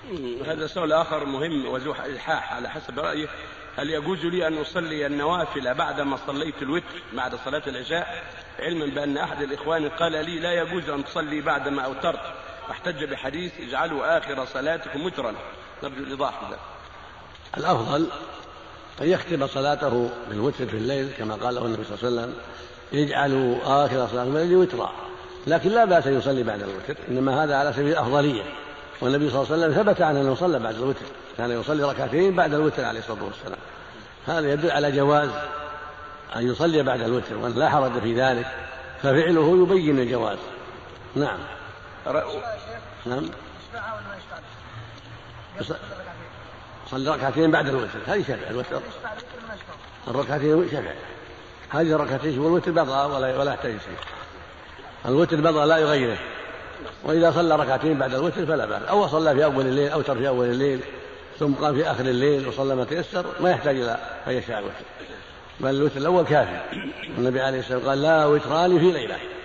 هذا سؤال آخر مهم وذو إلحاح على حسب رأيه. هل يجوز لي أن أصلي النوافل بعدما صليت الوتر بعد صلاة العشاء، علما بأن أحد الإخوان قال لي لا يجوز أن تصلي بعدما أوترت، واحتج بحديث اجعلوا آخر صلاتكم وترا؟ نرجو الإيضاح بذلك. الأفضل أن يختم صلاته بالوتر في الليل كما قال له النبي صلى الله عليه وسلم يجعلوا آخر صلاتكم بالليل وترا، لكن لا بأس أن يصلي بعد الوتر، إنما هذا على سبيل الأفضلية. والنبي صلى الله عليه وسلم ثبت عنه أنه صلى بعد الوتر، كان يصلي ركعتين بعد الوتر عليه الصلاة والسلام. هذا يدل على جواز أن يصلي بعد الوتر وأن لا حرج في ذلك، ففعله يبين الجواز. نعم. نعم. صلي ركعتين بعد الوتر، هذه شفع الوتر، الركعتين شفع، هذه الركعتين والوتر بضع ولا يحتاج شيء، الوتر بضع لا يغيره. وإذا صلى ركعتين بعد الوتر فلا بأس، أو صلى في أول الليل أو تر في أول الليل ثم قام في آخر الليل وصلى ما تيسر، ما يحتاج إلى أن يشفع الوتر، بل الوتر الأول كافي. النبي عليه الصلاة والسلام قال لا وتران في ليلة.